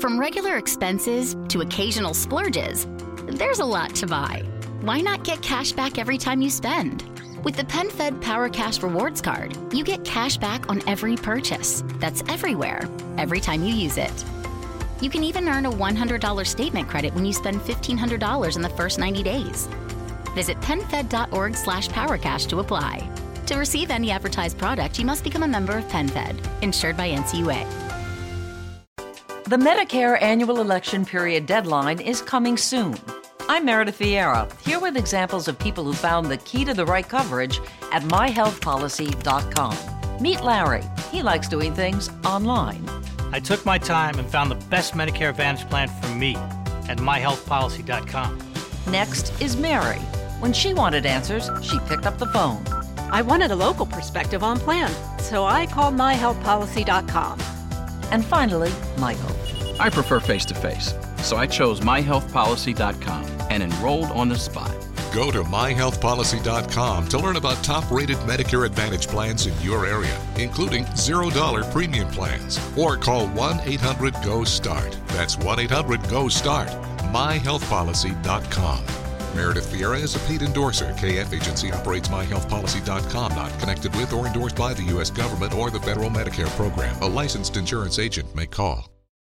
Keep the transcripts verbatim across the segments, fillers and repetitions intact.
From regular expenses to occasional splurges, there's a lot to buy. Why not get cash back every time you spend? With the PenFed Power Cash Rewards Card, you get cash back on every purchase. That's everywhere, every time you use it. You can even earn a one hundred dollars statement credit when you spend fifteen hundred dollars in the first ninety days. Visit PenFed.org slash PowerCash to apply. To receive any advertised product, you must become a member of PenFed, insured by N C U A. The Medicare annual election period deadline is coming soon. I'm Meredith Vieira, here with examples of people who found the key to the right coverage at my health policy dot com. Meet Larry. He likes doing things online. I took my time and found the best Medicare Advantage plan for me at my health policy dot com. Next is Mary. When she wanted answers, she picked up the phone. I wanted a local perspective on plan, so I called my health policy dot com. And finally, Michael. I prefer face-to-face, so I chose my health policy dot com and enrolled on the spot. Go to my health policy dot com to learn about top-rated Medicare Advantage plans in your area, including zero dollar premium plans. Or call one eight hundred G O START. That's one eight hundred G O START. my health policy dot com. Meredith Vieira is a paid endorser. K F Agency operates my health policy dot com, not connected with or endorsed by the U S government or the federal Medicare program. A licensed insurance agent may call.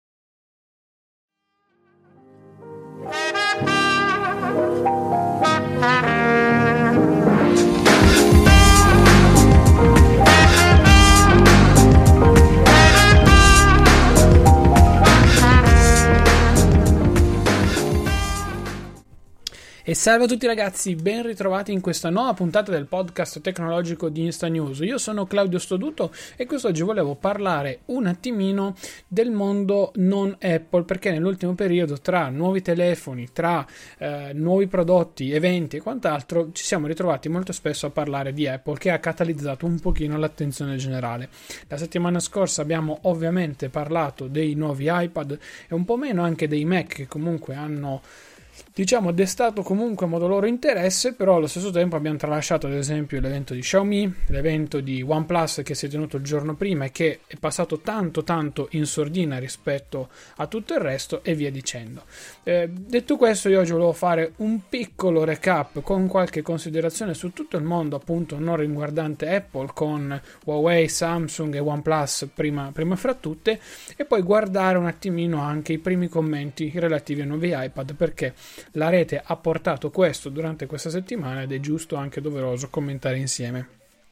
E salve a tutti ragazzi, ben ritrovati in questa nuova puntata del podcast tecnologico di Instanews. Io sono Claudio Stoduto e quest'oggi volevo parlare un attimino del mondo non Apple, perché nell'ultimo periodo tra nuovi telefoni, tra eh, nuovi prodotti, eventi e quant'altro ci siamo ritrovati molto spesso a parlare di Apple, che ha catalizzato un pochino l'attenzione generale. La settimana scorsa abbiamo ovviamente parlato dei nuovi iPad e un po' meno anche dei Mac, che comunque hanno, diciamo, destato comunque a modo loro interesse, però allo stesso tempo abbiamo tralasciato ad esempio l'evento di Xiaomi, l'evento di OnePlus che si è tenuto il giorno prima e che è passato tanto tanto in sordina rispetto a tutto il resto e via dicendo. Eh, detto questo, io oggi volevo fare un piccolo recap con qualche considerazione su tutto il mondo appunto non riguardante Apple, con Huawei, Samsung e OnePlus prima, prima fra tutte, e poi guardare un attimino anche i primi commenti relativi ai nuovi iPad, perché la rete ha portato questo durante questa settimana ed è giusto, anche doveroso, commentare insieme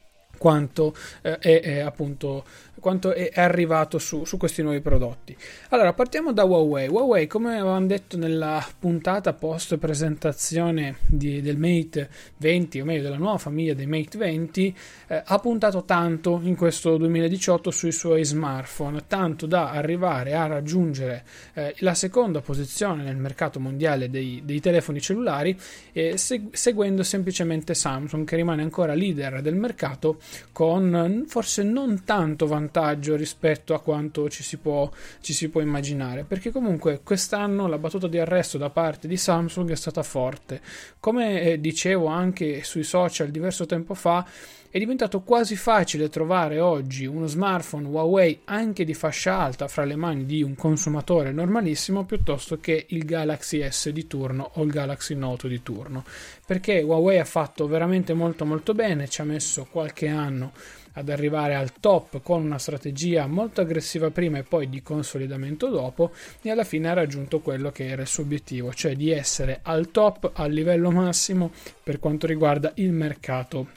quanto eh, è, è appunto quanto è arrivato su, su questi nuovi prodotti. Allora, partiamo da Huawei. Huawei, come avevamo detto nella puntata post presentazione di, del Mate venti, o meglio della nuova famiglia dei Mate venti, eh, ha puntato tanto in questo duemiladiciotto sui suoi smartphone, tanto da arrivare a raggiungere eh, la seconda posizione nel mercato mondiale dei, dei telefoni cellulari, eh, seg- seguendo semplicemente Samsung, che rimane ancora leader del mercato con forse non tanto vantaggio rispetto a quanto ci si può, ci si può immaginare, perché comunque quest'anno la battuta di arresto da parte di Samsung è stata forte. Come eh, dicevo anche sui social diverso tempo fa, è diventato quasi facile trovare oggi uno smartphone Huawei anche di fascia alta fra le mani di un consumatore normalissimo piuttosto che il Galaxy S di turno o il Galaxy Note di turno, perché Huawei ha fatto veramente molto molto bene, ci ha messo qualche anno ad arrivare al top con una strategia molto aggressiva prima e poi di consolidamento dopo, e alla fine ha raggiunto quello che era il suo obiettivo, cioè di essere al top, al livello massimo per quanto riguarda il mercato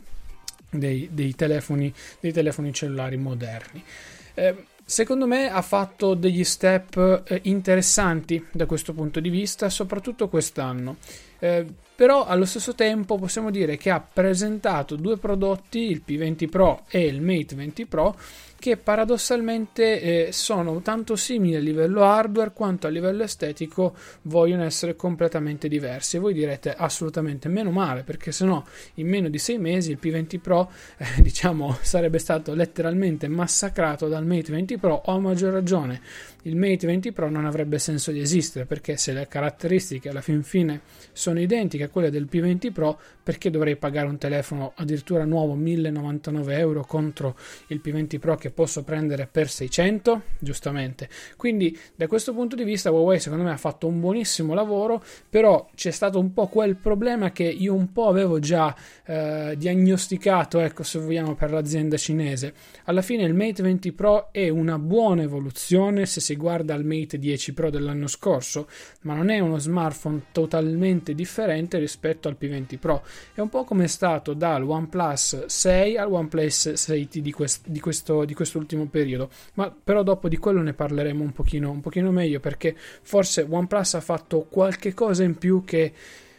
dei, dei telefoni dei telefoni cellulari moderni. Eh, Secondo me ha fatto degli step eh, interessanti da questo punto di vista, soprattutto quest'anno. Eh, però allo stesso tempo possiamo dire che ha presentato due prodotti, il P venti Pro e il Mate venti Pro, che paradossalmente eh, sono tanto simili a livello hardware quanto a livello estetico vogliono essere completamente diversi. E voi direte assolutamente meno male, perché sennò in meno di sei mesi il P venti Pro eh, diciamo sarebbe stato letteralmente massacrato dal Mate venti Pro, o a maggior ragione il Mate venti Pro non avrebbe senso di esistere, perché se le caratteristiche alla fin fine sono identiche a quelle del P venti Pro, perché dovrei pagare un telefono addirittura nuovo mille e novantanove euro contro il P venti Pro che che posso prendere per seicento, giustamente. Quindi da questo punto di vista Huawei secondo me ha fatto un buonissimo lavoro, però c'è stato un po' quel problema che io un po' avevo già eh, diagnosticato, ecco, se vogliamo, per l'azienda cinese. Alla fine il Mate venti Pro è una buona evoluzione se si guarda al Mate dieci Pro dell'anno scorso, ma non è uno smartphone totalmente differente rispetto al P venti Pro. È un po' come è stato dal OnePlus sei al OnePlus sei T di, quest- di, questo, di quest'ultimo periodo, ma però dopo di quello ne parleremo un pochino, un pochino meglio, perché forse OnePlus ha fatto qualche cosa in più che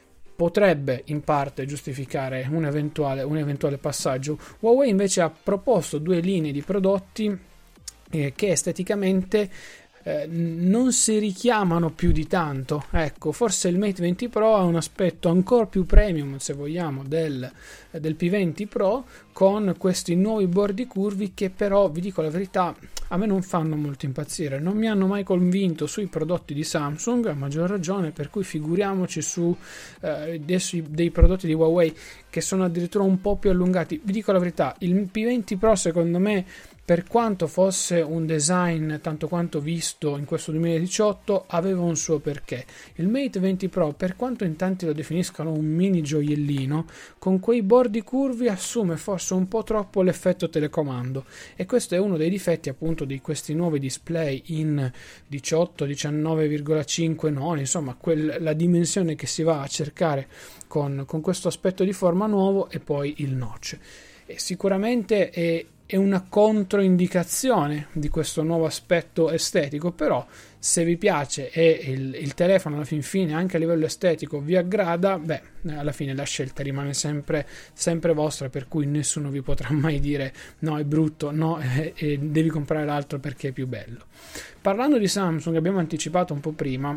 potrebbe in parte giustificare un eventuale, un eventuale passaggio. Huawei invece ha proposto due linee di prodotti eh, che esteticamente Eh, non si richiamano più di tanto. Ecco, forse il Mate venti Pro ha un aspetto ancora più premium, se vogliamo, del, del P venti Pro, con questi nuovi bordi curvi che però, vi dico la verità, a me non fanno molto impazzire, non mi hanno mai convinto sui prodotti di Samsung, a maggior ragione, per cui figuriamoci su eh, dei, dei prodotti di Huawei che sono addirittura un po' più allungati. Vi dico la verità, il P venti Pro secondo me, per quanto fosse un design tanto quanto visto in questo duemiladiciotto, aveva un suo perché. Il Mate venti Pro, per quanto in tanti lo definiscano un mini gioiellino, con quei bordi curvi assume forse un po' troppo l'effetto telecomando, e questo è uno dei difetti appunto di questi nuovi display in diciotto, diciannove virgola cinque noni, insomma quel, la dimensione che si va a cercare con, con questo aspetto di forma nuovo, e poi il notch. E sicuramente è è una controindicazione di questo nuovo aspetto estetico, però se vi piace e il, il telefono alla fin fine anche a livello estetico vi aggrada, beh, alla fine la scelta rimane sempre, sempre vostra, per cui nessuno vi potrà mai dire no, è brutto, no, e, e devi comprare l'altro perché è più bello. Parlando di Samsung, abbiamo anticipato un po' prima,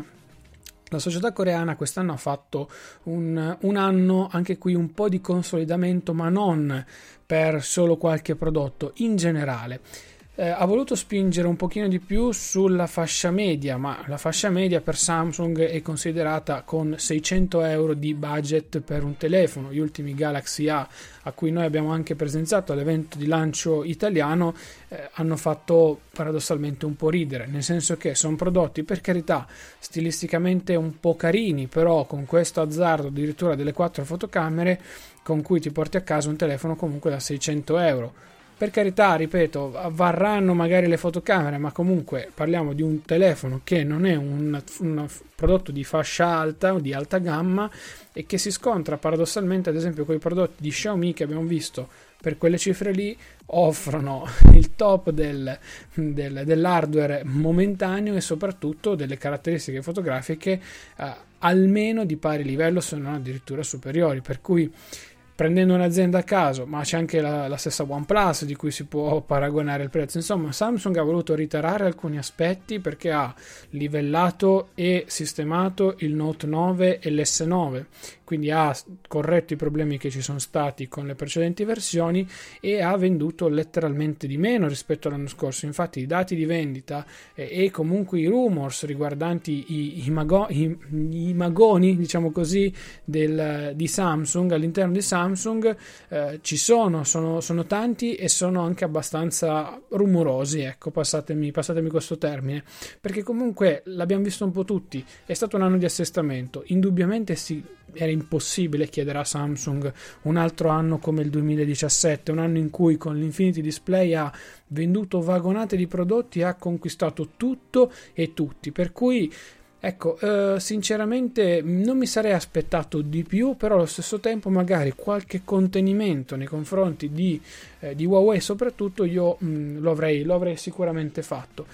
la società coreana quest'anno ha fatto un, un anno, anche qui un po' di consolidamento, ma non per solo qualche prodotto, in generale. Eh, ha voluto spingere un pochino di più sulla fascia media, ma la fascia media per Samsung è considerata con seicento euro di budget per un telefono. Gli ultimi Galaxy A, a cui noi abbiamo anche presenziato all'evento di lancio italiano, eh, hanno fatto paradossalmente un po' ridere, nel senso che sono prodotti, per carità, stilisticamente un po' carini, però con questo azzardo addirittura delle quattro fotocamere, con cui ti porti a casa un telefono comunque da seicento euro. Per carità, ripeto, varranno magari le fotocamere, ma comunque parliamo di un telefono che non è un, un prodotto di fascia alta o di alta gamma, e che si scontra paradossalmente ad esempio con i prodotti di Xiaomi che abbiamo visto. Per quelle cifre lì offrono il top del, del, dell'hardware momentaneo e soprattutto delle caratteristiche fotografiche eh, almeno di pari livello, se non addirittura superiori, per cui, prendendo un'azienda a caso, ma c'è anche la, la stessa OnePlus di cui si può paragonare il prezzo. Insomma, Samsung ha voluto ritarare alcuni aspetti perché ha livellato e sistemato il Note nove e l'S nove, quindi ha corretto i problemi che ci sono stati con le precedenti versioni e ha venduto letteralmente di meno rispetto all'anno scorso. Infatti i dati di vendita eh, e comunque i rumors riguardanti i, i, mago, i, i magoni, diciamo così, del, di Samsung, all'interno di Samsung Samsung eh, ci sono, sono, sono tanti e sono anche abbastanza rumorosi, ecco, passatemi, passatemi questo termine, perché comunque l'abbiamo visto un po' tutti, è stato un anno di assestamento, indubbiamente sì, era impossibile chiedere a Samsung un altro anno come il duemiladiciassette, un anno in cui con l'Infinity Display ha venduto vagonate di prodotti e ha conquistato tutto e tutti, per cui ecco, eh, sinceramente non mi sarei aspettato di più, però allo stesso tempo magari qualche contenimento nei confronti di, eh, di Huawei soprattutto io mh, lo, avrei, lo avrei sicuramente fatto.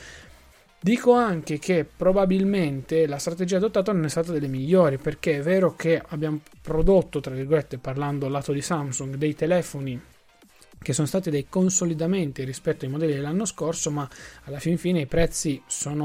Dico anche che probabilmente la strategia adottata non è stata delle migliori, perché è vero che abbiamo prodotto, tra virgolette, parlando al lato di Samsung, dei telefoni che sono stati dei consolidamenti rispetto ai modelli dell'anno scorso, ma alla fin fine i prezzi sono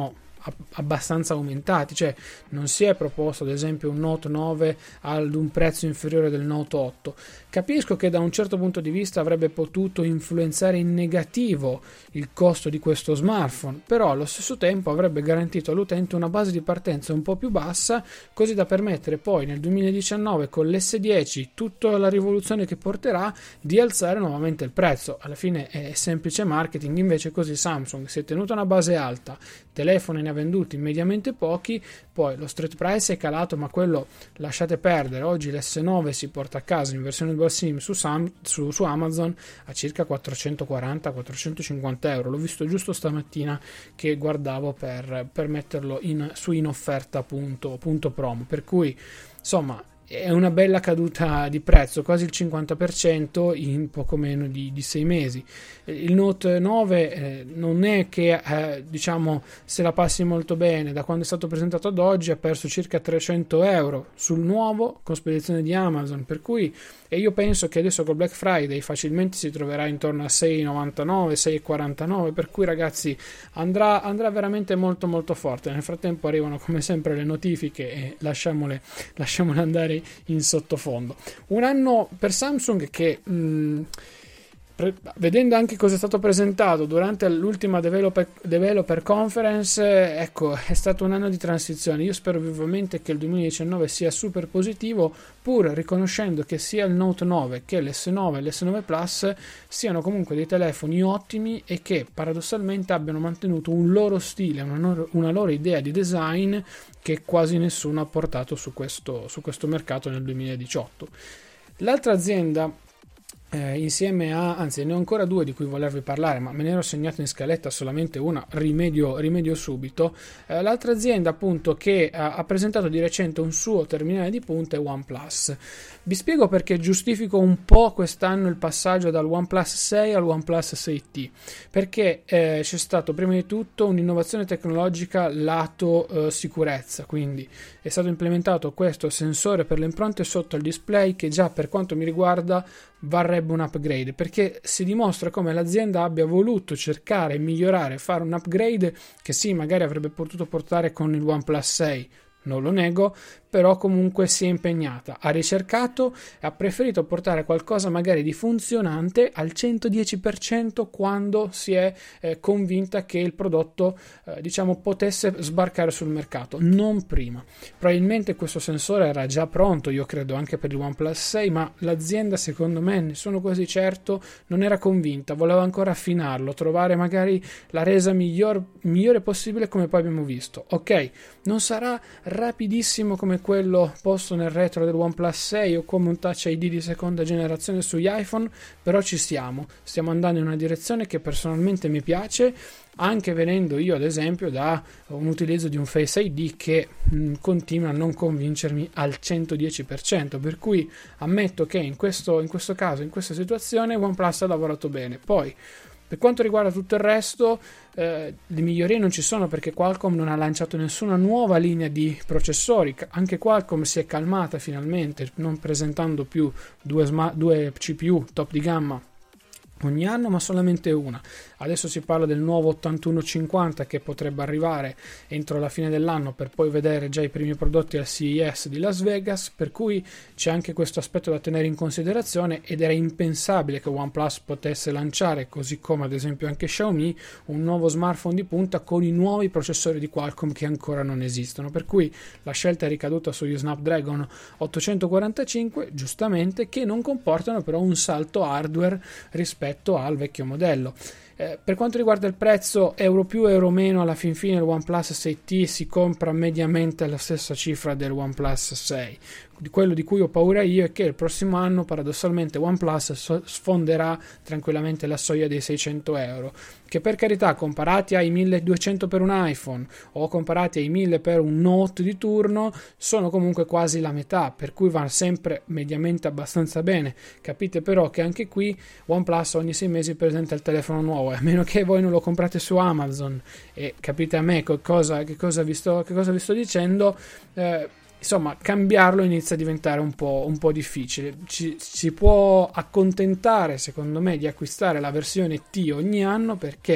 abbastanza aumentati, cioè non si è proposto ad esempio un Note nove ad un prezzo inferiore del Note otto. Capisco che da un certo punto di vista avrebbe potuto influenzare in negativo il costo di questo smartphone, però allo stesso tempo avrebbe garantito all'utente una base di partenza un po' più bassa, così da permettere poi nel duemiladiciannove con l'esse dieci, tutta la rivoluzione che porterà, di alzare nuovamente il prezzo. Alla fine è semplice marketing, invece così Samsung si è tenuta una base alta, telefoni ne ha venduti mediamente pochi, poi lo street price è calato, ma quello lasciate perdere. Oggi l'esse nove si porta a casa in versione dual sim su, Sam, su, su Amazon a circa quattrocentoquaranta quattrocentocinquanta euro. L'ho visto giusto stamattina che guardavo per, per metterlo in, su in offerta punto, punto promo, per cui insomma è una bella caduta di prezzo, quasi il cinquanta per cento in poco meno di, di sei mesi. Il Note nove eh, non è che eh, diciamo se la passi molto bene, da quando è stato presentato ad oggi ha perso circa trecento euro sul nuovo con spedizione di Amazon, per cui e io penso che adesso col Black Friday facilmente si troverà intorno a sei virgola novantanove sei virgola quarantanove, per cui ragazzi andrà, andrà veramente molto molto forte. Nel frattempo arrivano come sempre le notifiche e lasciamole, lasciamole andare in sottofondo. Un anno per Samsung che mh, pre- vedendo anche cosa è stato presentato durante l'ultima developer, developer conference, eh, ecco, è stato un anno di transizione. Io spero vivamente che il duemiladiciannove sia super positivo, pur riconoscendo che sia il Note nove che l'esse nove e l'esse nove Plus siano comunque dei telefoni ottimi e che paradossalmente abbiano mantenuto un loro stile, una loro, una loro idea di design che quasi nessuno ha portato su questo, su questo mercato nel duemiladiciotto. L'altra azienda eh, insieme a, anzi ne ho ancora due di cui volervi parlare, ma me ne ero segnato in scaletta solamente una, rimedio, rimedio subito. Eh, l'altra azienda appunto che ha, ha presentato di recente un suo terminale di punta è OnePlus. Vi spiego perché giustifico un po' quest'anno il passaggio dal OnePlus sei al OnePlus sei T, perché eh, c'è stato prima di tutto un'innovazione tecnologica lato eh, sicurezza, quindi è stato implementato questo sensore per le impronte sotto il display che già per quanto mi riguarda varrebbe un upgrade, perché si dimostra come l'azienda abbia voluto cercare, migliorare, fare un upgrade che sì, magari avrebbe potuto portare con il OnePlus sei, non lo nego, però comunque si è impegnata, ha ricercato e ha preferito portare qualcosa magari di funzionante al centodieci per cento quando si è eh, convinta che il prodotto eh, diciamo potesse sbarcare sul mercato, non prima. Probabilmente questo sensore era già pronto, io credo anche per il OnePlus sei, ma l'azienda secondo me, ne sono quasi certo, non era convinta, voleva ancora affinarlo, trovare magari la resa miglior, migliore possibile, come poi abbiamo visto. Ok, non sarà rapidissimo come quello posto nel retro del OnePlus sei o come un Touch I D di seconda generazione sugli iPhone, però ci siamo, stiamo andando in una direzione che personalmente mi piace, anche venendo io ad esempio da un utilizzo di un Face I D che mh, continua a non convincermi al centodieci per cento, per cui ammetto che in questo, in questo caso, in questa situazione OnePlus ha lavorato bene. Poi per quanto riguarda tutto il resto, eh, le migliorie non ci sono, perché Qualcomm non ha lanciato nessuna nuova linea di processori. Anche Qualcomm si è calmata finalmente, non presentando più due, sma- due C P U top di gamma ogni anno, ma solamente una. Adesso si parla del nuovo ottantuno cinquanta che potrebbe arrivare entro la fine dell'anno, per poi vedere già i primi prodotti al C E S di Las Vegas, per cui c'è anche questo aspetto da tenere in considerazione, ed era impensabile che OnePlus potesse lanciare, così come ad esempio anche Xiaomi, un nuovo smartphone di punta con i nuovi processori di Qualcomm che ancora non esistono, per cui la scelta è ricaduta sugli Snapdragon ottocentoquarantacinque, giustamente, che non comportano però un salto hardware rispetto al vecchio modello. Eh, per quanto riguarda il prezzo, euro più euro meno, alla fin fine il OnePlus sei T si compra mediamente alla stessa cifra del OnePlus sei. Di quello di cui ho paura io è che il prossimo anno paradossalmente OnePlus so- sfonderà tranquillamente la soglia dei seicento euro, che per carità, comparati ai milleduecento per un iPhone o comparati ai mille per un Note di turno, sono comunque quasi la metà, per cui va sempre mediamente abbastanza bene. Capite però che anche qui OnePlus ogni sei mesi presenta il telefono nuovo, a meno che voi non lo comprate su Amazon, e capite a me che cosa, che cosa, vi, sto, che cosa vi sto dicendo, eh, insomma cambiarlo inizia a diventare un po', un po' difficile. Ci, si può accontentare secondo me di acquistare la versione T ogni anno, perché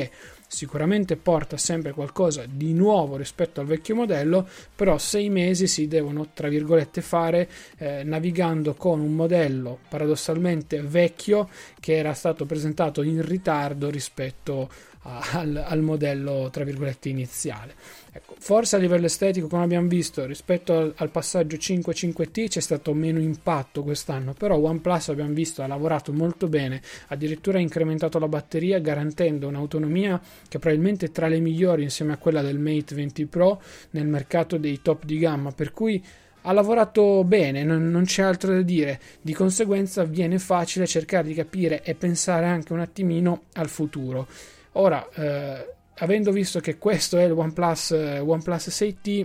sicuramente porta sempre qualcosa di nuovo rispetto al vecchio modello, però sei mesi si devono, tra virgolette, fare eh, navigando con un modello paradossalmente vecchio che era stato presentato in ritardo rispetto Al, al modello, tra virgolette, iniziale. Ecco, forse a livello estetico, come abbiamo visto, rispetto al, al passaggio cinque cinque T c'è stato meno impatto quest'anno, però OnePlus, abbiamo visto, ha lavorato molto bene, addirittura ha incrementato la batteria garantendo un'autonomia che probabilmente è tra le migliori insieme a quella del Mate venti Pro nel mercato dei top di gamma, per cui ha lavorato bene, non, non c'è altro da dire. Di conseguenza viene facile cercare di capire e pensare anche un attimino al futuro. Ora, eh, avendo visto che questo è il OnePlus, eh, OnePlus sei T,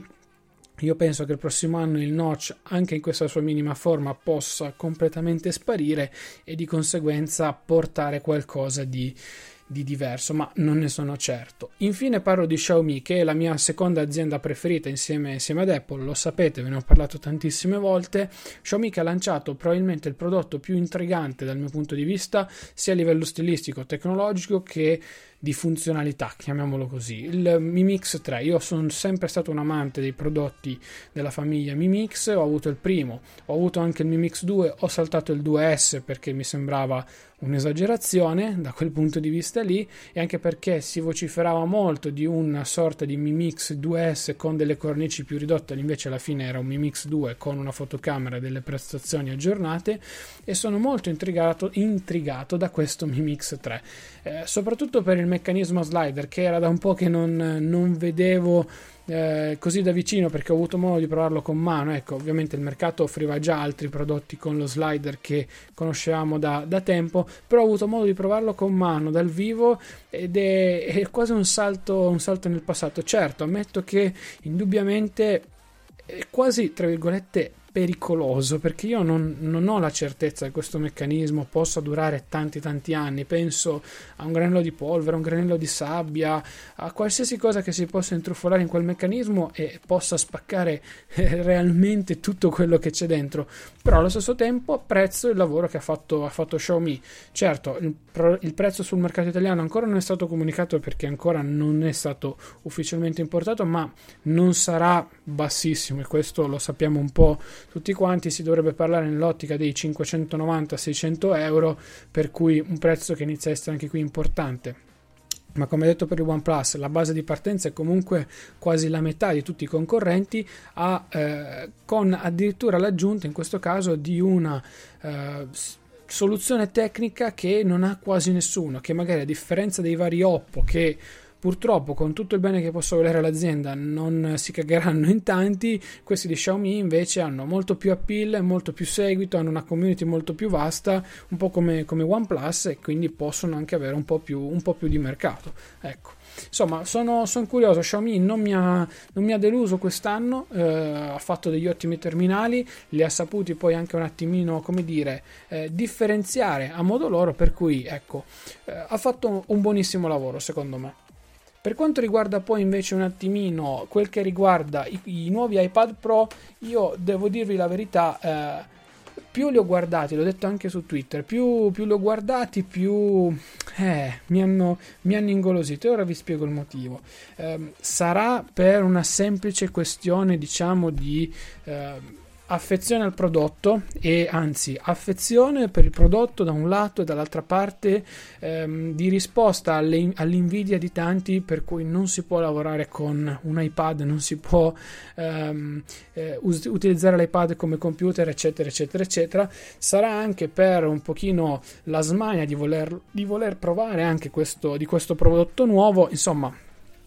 io penso che il prossimo anno il notch, anche in questa sua minima forma, possa completamente sparire e di conseguenza portare qualcosa di, di diverso, ma non ne sono certo. Infine parlo di Xiaomi, che è la mia seconda azienda preferita insieme, insieme ad Apple, lo sapete, ve ne ho parlato tantissime volte. Xiaomi che ha lanciato probabilmente il prodotto più intrigante dal mio punto di vista, sia a livello stilistico, tecnologico che di funzionalità, chiamiamolo così, il Mi Mix tre. Io sono sempre stato un amante dei prodotti della famiglia Mi Mix, ho avuto il primo, ho avuto anche il Mi Mix due, ho saltato il due S perché mi sembrava un'esagerazione da quel punto di vista lì, e anche perché si vociferava molto di una sorta di Mi Mix due S con delle cornici più ridotte, invece alla fine era un Mi Mix due con una fotocamera e delle prestazioni aggiornate, e sono molto intrigato, intrigato da questo Mi Mix tre, eh, soprattutto per il meccanismo slider, che era da un po' che non, non vedevo eh, così da vicino, perché ho avuto modo di provarlo con mano. Ecco, ovviamente il mercato offriva già altri prodotti con lo slider che conoscevamo da, da tempo, però ho avuto modo di provarlo con mano dal vivo ed è, è quasi un salto, un salto nel passato. Certo, ammetto che indubbiamente è quasi, tra virgolette, pericoloso, perché io non, non ho la certezza che questo meccanismo possa durare tanti tanti anni. Penso a un granello di polvere, a un granello di sabbia, a qualsiasi cosa che si possa intrufolare in quel meccanismo e possa spaccare eh, realmente tutto quello che c'è dentro. Però allo stesso tempo apprezzo il lavoro che ha fatto, ha fatto Xiaomi. Certo, il, il prezzo sul mercato italiano ancora non è stato comunicato perché ancora non è stato ufficialmente importato, ma non sarà bassissimo, e questo lo sappiamo un po' tutti quanti. Si dovrebbe parlare nell'ottica dei cinquecentonovanta seicento euro, per cui un prezzo che inizia a essere anche qui importante. Ma come detto per il OnePlus, la base di partenza è comunque quasi la metà di tutti i concorrenti, a, eh, con addirittura l'aggiunta in questo caso di una eh, soluzione tecnica che non ha quasi nessuno, che magari a differenza dei vari Oppo, che purtroppo, con tutto il bene che posso volere all'azienda, non si cagheranno in tanti, questi di Xiaomi invece hanno molto più appeal, molto più seguito, hanno una community molto più vasta, un po' come, come OnePlus, e quindi possono anche avere un po' più, un po' più di mercato. Ecco. Insomma, sono, sono curioso. Xiaomi non mi ha, non mi ha deluso quest'anno, eh, ha fatto degli ottimi terminali, li ha saputi poi anche un attimino, come dire, eh, differenziare a modo loro, per cui ecco, eh, ha fatto un buonissimo lavoro secondo me. Per quanto riguarda poi invece un attimino quel che riguarda i, i nuovi iPad Pro, io devo dirvi la verità, eh, più li ho guardati, l'ho detto anche su Twitter, più, più li ho guardati, più eh, mi, hanno, mi hanno ingolosito, e ora vi spiego il motivo. Eh, sarà per una semplice questione, diciamo, di Eh, affezione al prodotto, e anzi affezione per il prodotto da un lato e dall'altra parte ehm, di risposta alle, all'invidia di tanti per cui non si può lavorare con un iPad, non si può ehm, eh, us- utilizzare l'iPad come computer, eccetera eccetera eccetera. Sarà anche per un pochino la smania di voler, di voler provare anche questo, di questo prodotto nuovo. Insomma,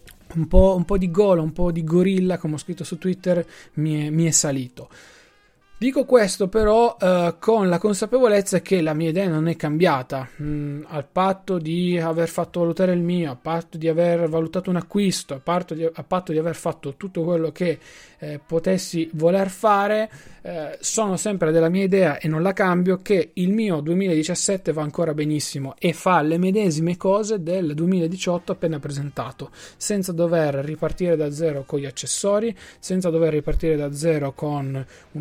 un po', un po' di golo, un po' di gorilla, come ho scritto su Twitter, mi è, mi è salito. Dico questo però eh, con la consapevolezza che la mia idea non è cambiata, mm, al patto di aver fatto valutare il mio, a patto di aver valutato un acquisto, a patto di, a patto di aver fatto tutto quello che eh, potessi voler fare, eh, sono sempre della mia idea e non la cambio, che il mio duemiladiciassette va ancora benissimo e fa le medesime cose del duemiladiciotto appena presentato, senza dover ripartire da zero con gli accessori, senza dover ripartire da zero con un'aggiunta in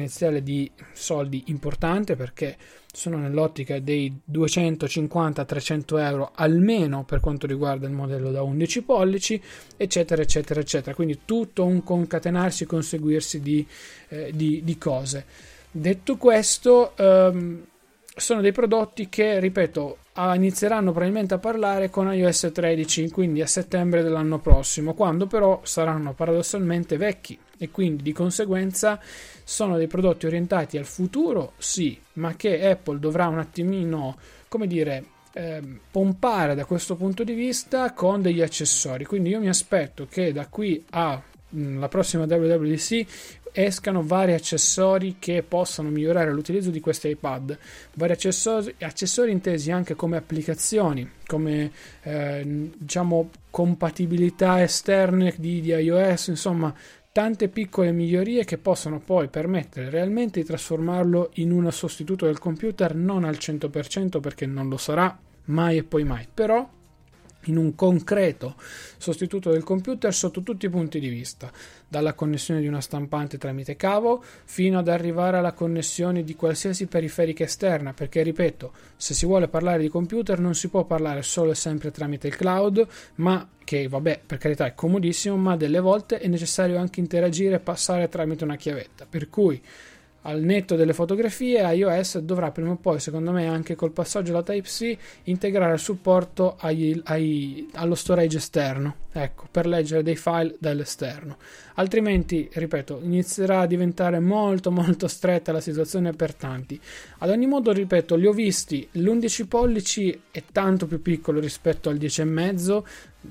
iniziale di soldi importante, perché sono nell'ottica dei duecentocinquanta trecento euro almeno per quanto riguarda il modello da undici pollici, eccetera eccetera eccetera. Quindi tutto un concatenarsi, conseguirsi di, eh, di, di cose. Detto questo, ehm, sono dei prodotti che, ripeto, inizieranno probabilmente a parlare con iOS tredici, quindi a settembre dell'anno prossimo, quando però saranno paradossalmente vecchi, e quindi di conseguenza sono dei prodotti orientati al futuro, sì, ma che Apple dovrà un attimino, come dire, eh, pompare da questo punto di vista con degli accessori. Quindi io mi aspetto che da qui alla prossima W W D C escano vari accessori che possano migliorare l'utilizzo di questi iPad, vari accessori, accessori intesi anche come applicazioni, come eh, diciamo compatibilità esterne di, di iOS, insomma tante piccole migliorie che possono poi permettere realmente di trasformarlo in un sostituto del computer, non al cento per cento perché non lo sarà mai e poi mai, però in un concreto sostituto del computer sotto tutti i punti di vista, dalla connessione di una stampante tramite cavo fino ad arrivare alla connessione di qualsiasi periferica esterna, perché ripeto, se si vuole parlare di computer non si può parlare solo e sempre tramite il cloud, ma che vabbè, per carità è comodissimo, ma delle volte è necessario anche interagire e passare tramite una chiavetta, per cui al netto delle fotografie iOS dovrà prima o poi, secondo me anche col passaggio alla Type-C, integrare il supporto ai, ai, allo storage esterno, ecco, per leggere dei file dall'esterno, altrimenti, ripeto, inizierà a diventare molto molto stretta la situazione per tanti. Ad ogni modo, ripeto, li ho visti, l'undici pollici è tanto più piccolo rispetto al dieci e mezzo,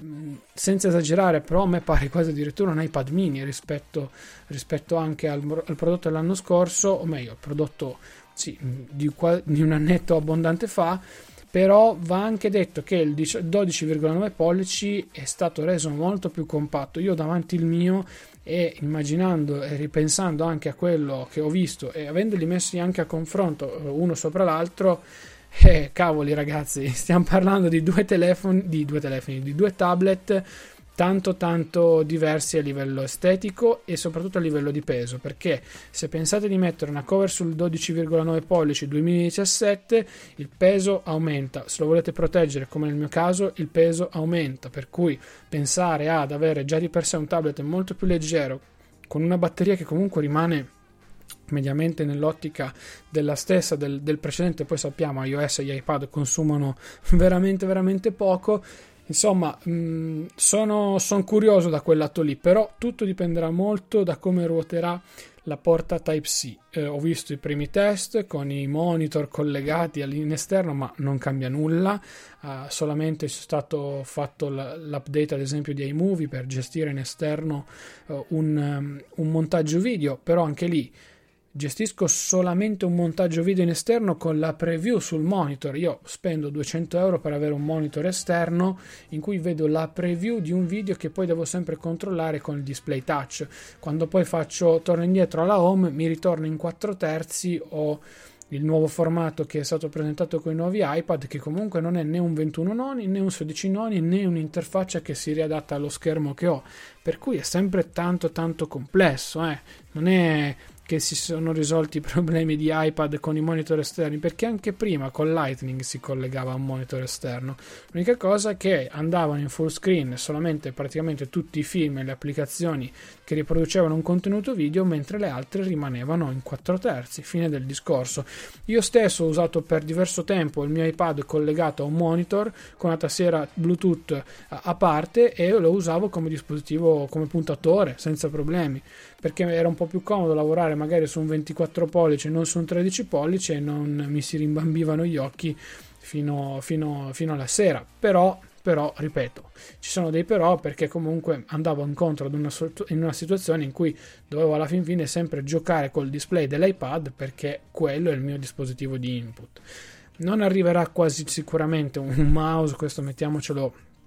senza esagerare, però a me pare quasi addirittura un iPad mini rispetto, rispetto anche al, al prodotto dell'anno scorso, o meglio, il prodotto sì, di, qua, di un annetto abbondante fa. Però va anche detto che il dodici virgola nove pollici è stato reso molto più compatto. Io davanti il mio, e immaginando e ripensando anche a quello che ho visto e avendoli messi anche a confronto uno sopra l'altro, Eh, cavoli ragazzi, stiamo parlando di due telefoni, di due telefoni, di due tablet tanto tanto diversi a livello estetico e soprattutto a livello di peso, perché se pensate di mettere una cover sul dodici virgola nove pollici duemiladiciassette, il peso aumenta, se lo volete proteggere come nel mio caso il peso aumenta, per cui pensare ad avere già di per sé un tablet molto più leggero con una batteria che comunque rimane mediamente nell'ottica della stessa del, del precedente, poi sappiamo iOS e gli iPad consumano veramente veramente poco, insomma mh, sono, sono curioso da quel lato lì, però tutto dipenderà molto da come ruoterà la porta Type-C. Eh, ho visto i primi test con i monitor collegati in esterno, ma non cambia nulla, uh, solamente è stato fatto l- l'update ad esempio di iMovie per gestire in esterno uh, un, um, un montaggio video, però anche lì gestisco solamente un montaggio video in esterno con la preview sul monitor. Io spendo duecento euro per avere un monitor esterno in cui vedo la preview di un video che poi devo sempre controllare con il display touch. Quando poi faccio torno indietro alla home mi ritorno in quattro terzi o il nuovo formato che è stato presentato con i nuovi iPad, che comunque non è né un ventuno noni né un sedici noni né un'interfaccia che si riadatta allo schermo che ho, per cui è sempre tanto tanto complesso, eh. Non è che si sono risolti i problemi di iPad con i monitor esterni, perché anche prima con Lightning si collegava a un monitor esterno. L'unica cosa è che andavano in full screen solamente praticamente tutti i film e le applicazioni che riproducevano un contenuto video, mentre le altre rimanevano in quattro terzi, fine del discorso. Io stesso ho usato per diverso tempo il mio iPad collegato a un monitor con una tastiera Bluetooth a parte e lo usavo come dispositivo, come puntatore senza problemi, perché era un po' più comodo lavorare magari su un ventiquattro pollici e non su un tredici pollici e non mi si rimbambivano gli occhi fino, fino, fino alla sera. Però, però, ripeto, ci sono dei però, perché comunque andavo incontro ad una, in una situazione in cui dovevo alla fin fine sempre giocare col display dell'iPad, perché quello è il mio dispositivo di input. Non arriverà quasi sicuramente un mouse, questo mettiamocelo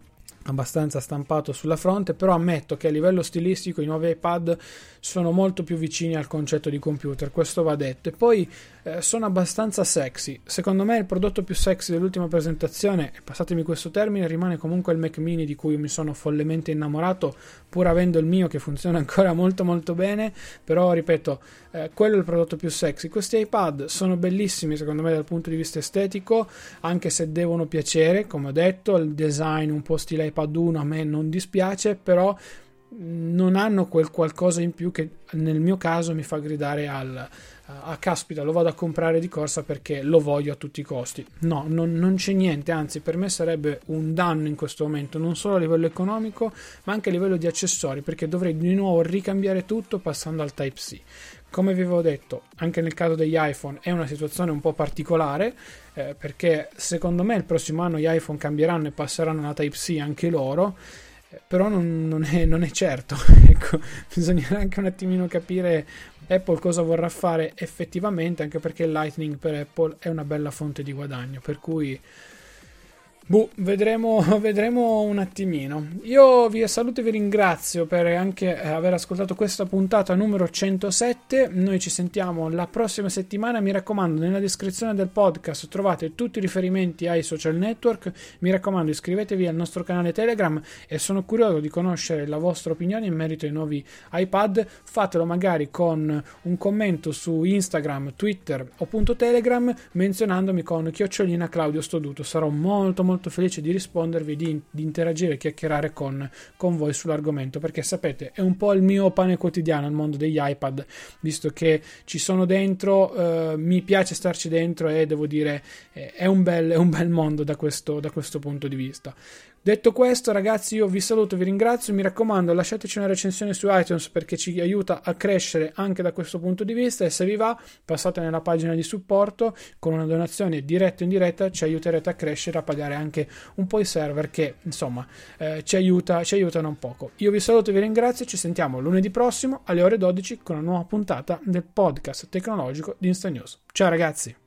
abbastanza stampato sulla fronte, però ammetto che a livello stilistico i nuovi iPad sono molto più vicini al concetto di computer, questo va detto, e poi eh, sono abbastanza sexy. Secondo me il prodotto più sexy dell'ultima presentazione, e passatemi questo termine, rimane comunque il Mac Mini, di cui mi sono follemente innamorato, pur avendo il mio che funziona ancora molto molto bene, però ripeto, eh, quello è il prodotto più sexy. Questi iPad sono bellissimi secondo me dal punto di vista estetico, anche se devono piacere, come ho detto, il design un po' stile iPad uno a me non dispiace, però non hanno quel qualcosa in più che nel mio caso mi fa gridare al a caspita, lo vado a comprare di corsa perché lo voglio a tutti i costi. No, non, non c'è niente, anzi per me sarebbe un danno in questo momento, non solo a livello economico ma anche a livello di accessori, perché dovrei di nuovo ricambiare tutto passando al Type-C. Come vi avevo detto, anche nel caso degli iPhone è una situazione un po' particolare, eh, perché secondo me il prossimo anno gli iPhone cambieranno e passeranno alla Type-C anche loro, eh, però non, non, è, non è certo. Ecco, bisognerà anche un attimino capire Apple cosa vorrà fare effettivamente, anche perché il Lightning per Apple è una bella fonte di guadagno, per cui Boh, vedremo, vedremo un attimino. Io vi saluto e vi ringrazio per anche aver ascoltato questa puntata numero centosette. Noi ci sentiamo la prossima settimana. Mi raccomando, nella descrizione del podcast trovate tutti i riferimenti ai social network. Mi raccomando, iscrivetevi al nostro canale Telegram e sono curioso di conoscere la vostra opinione in merito ai nuovi iPad. Fatelo magari con un commento su Instagram, Twitter o punto Telegram, menzionandomi con chiocciolina Claudio Stoduto. Sarò molto molto molto felice di rispondervi, di, di interagire e chiacchierare con, con voi sull'argomento, perché sapete è un po' il mio pane quotidiano il mondo degli iPad, visto che ci sono dentro, eh, mi piace starci dentro e devo dire eh, è, un bel, è un bel mondo da questo, da questo punto di vista. Detto questo, ragazzi, io vi saluto, vi ringrazio, mi raccomando lasciateci una recensione su iTunes perché ci aiuta a crescere anche da questo punto di vista, e se vi va passate nella pagina di supporto, con una donazione diretta o indiretta ci aiuterete a crescere, a pagare anche un po' i server che insomma eh, ci, aiuta, ci aiutano un poco. Io vi saluto e vi ringrazio, ci sentiamo lunedì prossimo alle ore dodici con una nuova puntata del podcast tecnologico di Instanews. Ciao ragazzi!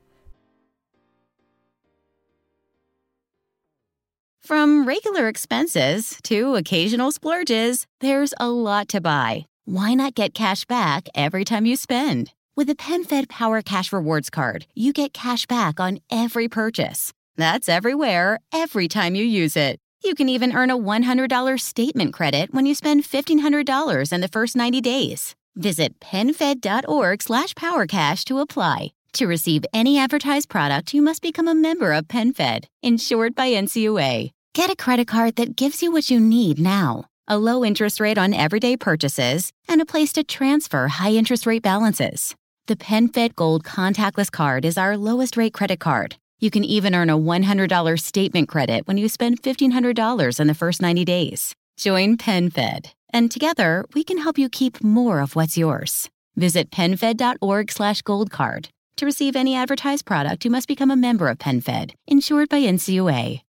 From regular expenses to occasional splurges, there's a lot to buy. Why not get cash back every time you spend? With a PenFed Power Cash Rewards Card, you get cash back on every purchase. That's everywhere, every time you use it. You can even earn a one hundred dollars statement credit when you spend fifteen hundred dollars in the first ninety days. Visit PenFed.org slash PowerCash to apply. To receive any advertised product, you must become a member of PenFed, insured by N C U A. Get a credit card that gives you what you need now. A low interest rate on everyday purchases and a place to transfer high interest rate balances. The PenFed Gold Contactless Card is our lowest rate credit card. You can even earn a one hundred dollars statement credit when you spend fifteen hundred dollars in the first ninety days. Join PenFed, and together we can help you keep more of what's yours. Visit PenFed.org slash gold card. To receive any advertised product, you must become a member of PenFed, insured by N C U A.